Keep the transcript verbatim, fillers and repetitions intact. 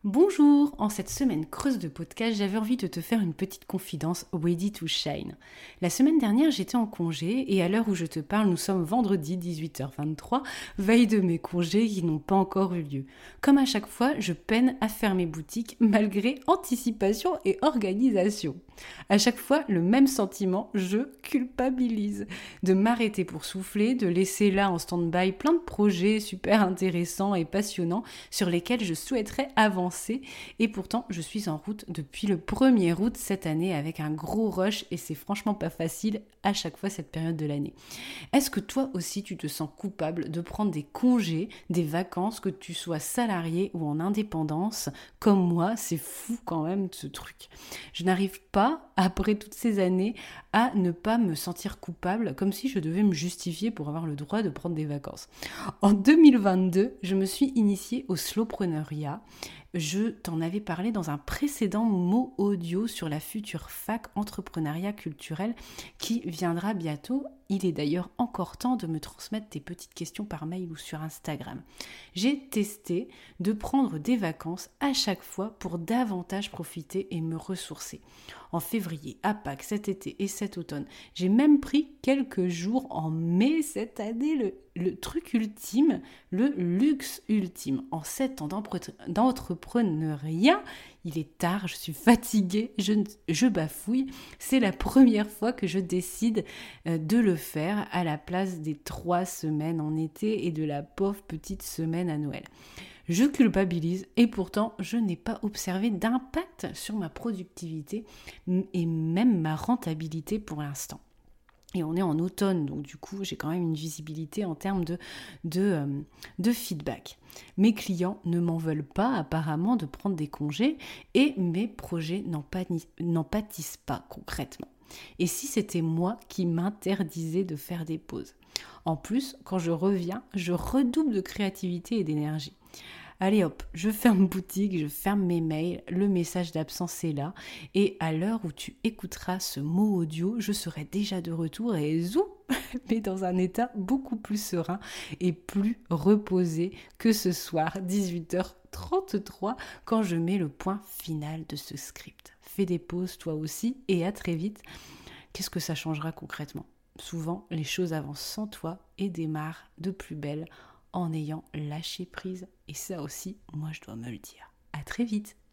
Bonjour, en cette semaine creuse de podcast, j'avais envie de te faire une petite confidence ready to shine. La semaine dernière, j'étais en congé et à l'heure où je te parle, nous sommes vendredi dix-huit heures vingt-trois, veille de mes congés qui n'ont pas encore eu lieu. Comme à chaque fois, je peine à faire mes boutiques malgré anticipation et organisation. À chaque fois, le même sentiment, je culpabilise. De m'arrêter pour souffler, de laisser là en stand-by plein de projets super intéressants et passionnants sur lesquels je souhaiterais avancer. Et pourtant, je suis en route depuis le premier août cette année avec un gros rush et c'est franchement pas facile à chaque fois cette période de l'année. Est-ce que toi aussi tu te sens coupable de prendre des congés, des vacances, que tu sois salarié ou en indépendance? Comme moi, c'est fou quand même ce truc. Je n'arrive pas, après toutes ces années, à ne pas me sentir coupable, comme si je devais me justifier pour avoir le droit de prendre des vacances. En deux mille vingt-deux, je me suis initiée au slowpreneuriat. Je t'en avais parlé dans un précédent mot audio sur la future fac entrepreneuriat culturel qui viendra bientôt. Il est d'ailleurs encore temps de me transmettre tes petites questions par mail ou sur Instagram. J'ai testé de prendre des vacances à chaque fois pour davantage profiter et me ressourcer. En février, à Pâques, cet été et cet automne, j'ai même pris quelques jours en mai cette année, le, le truc ultime, le luxe ultime. En sept ans d'entrepreneuriat, il est tard, je suis fatiguée, je, je bafouille. C'est la première fois que je décide de le faire à la place des trois semaines en été et de la pauvre petite semaine à Noël. Je culpabilise et pourtant je n'ai pas observé d'impact sur ma productivité et même ma rentabilité pour l'instant. Et on est en automne, donc du coup, j'ai quand même une visibilité en termes de, de, euh, de feedback. Mes clients ne m'en veulent pas apparemment de prendre des congés et mes projets n'en, pâtis, n'en pâtissent pas concrètement. Et si c'était moi qui m'interdisais de faire des pauses? En plus, quand je reviens, je redouble de créativité et d'énergie. Allez hop, je ferme boutique, je ferme mes mails, le message d'absence est là et à l'heure où tu écouteras ce mot audio, je serai déjà de retour et zou, mais dans un état beaucoup plus serein et plus reposé que ce soir, dix-huit heures trente-trois, quand je mets le point final de ce script. Fais des pauses toi aussi et à très vite. Qu'est-ce que ça changera concrètement? Souvent, les choses avancent sans toi et démarrent de plus belle en ayant lâché prise. Et ça aussi, moi, je dois me le dire. À très vite.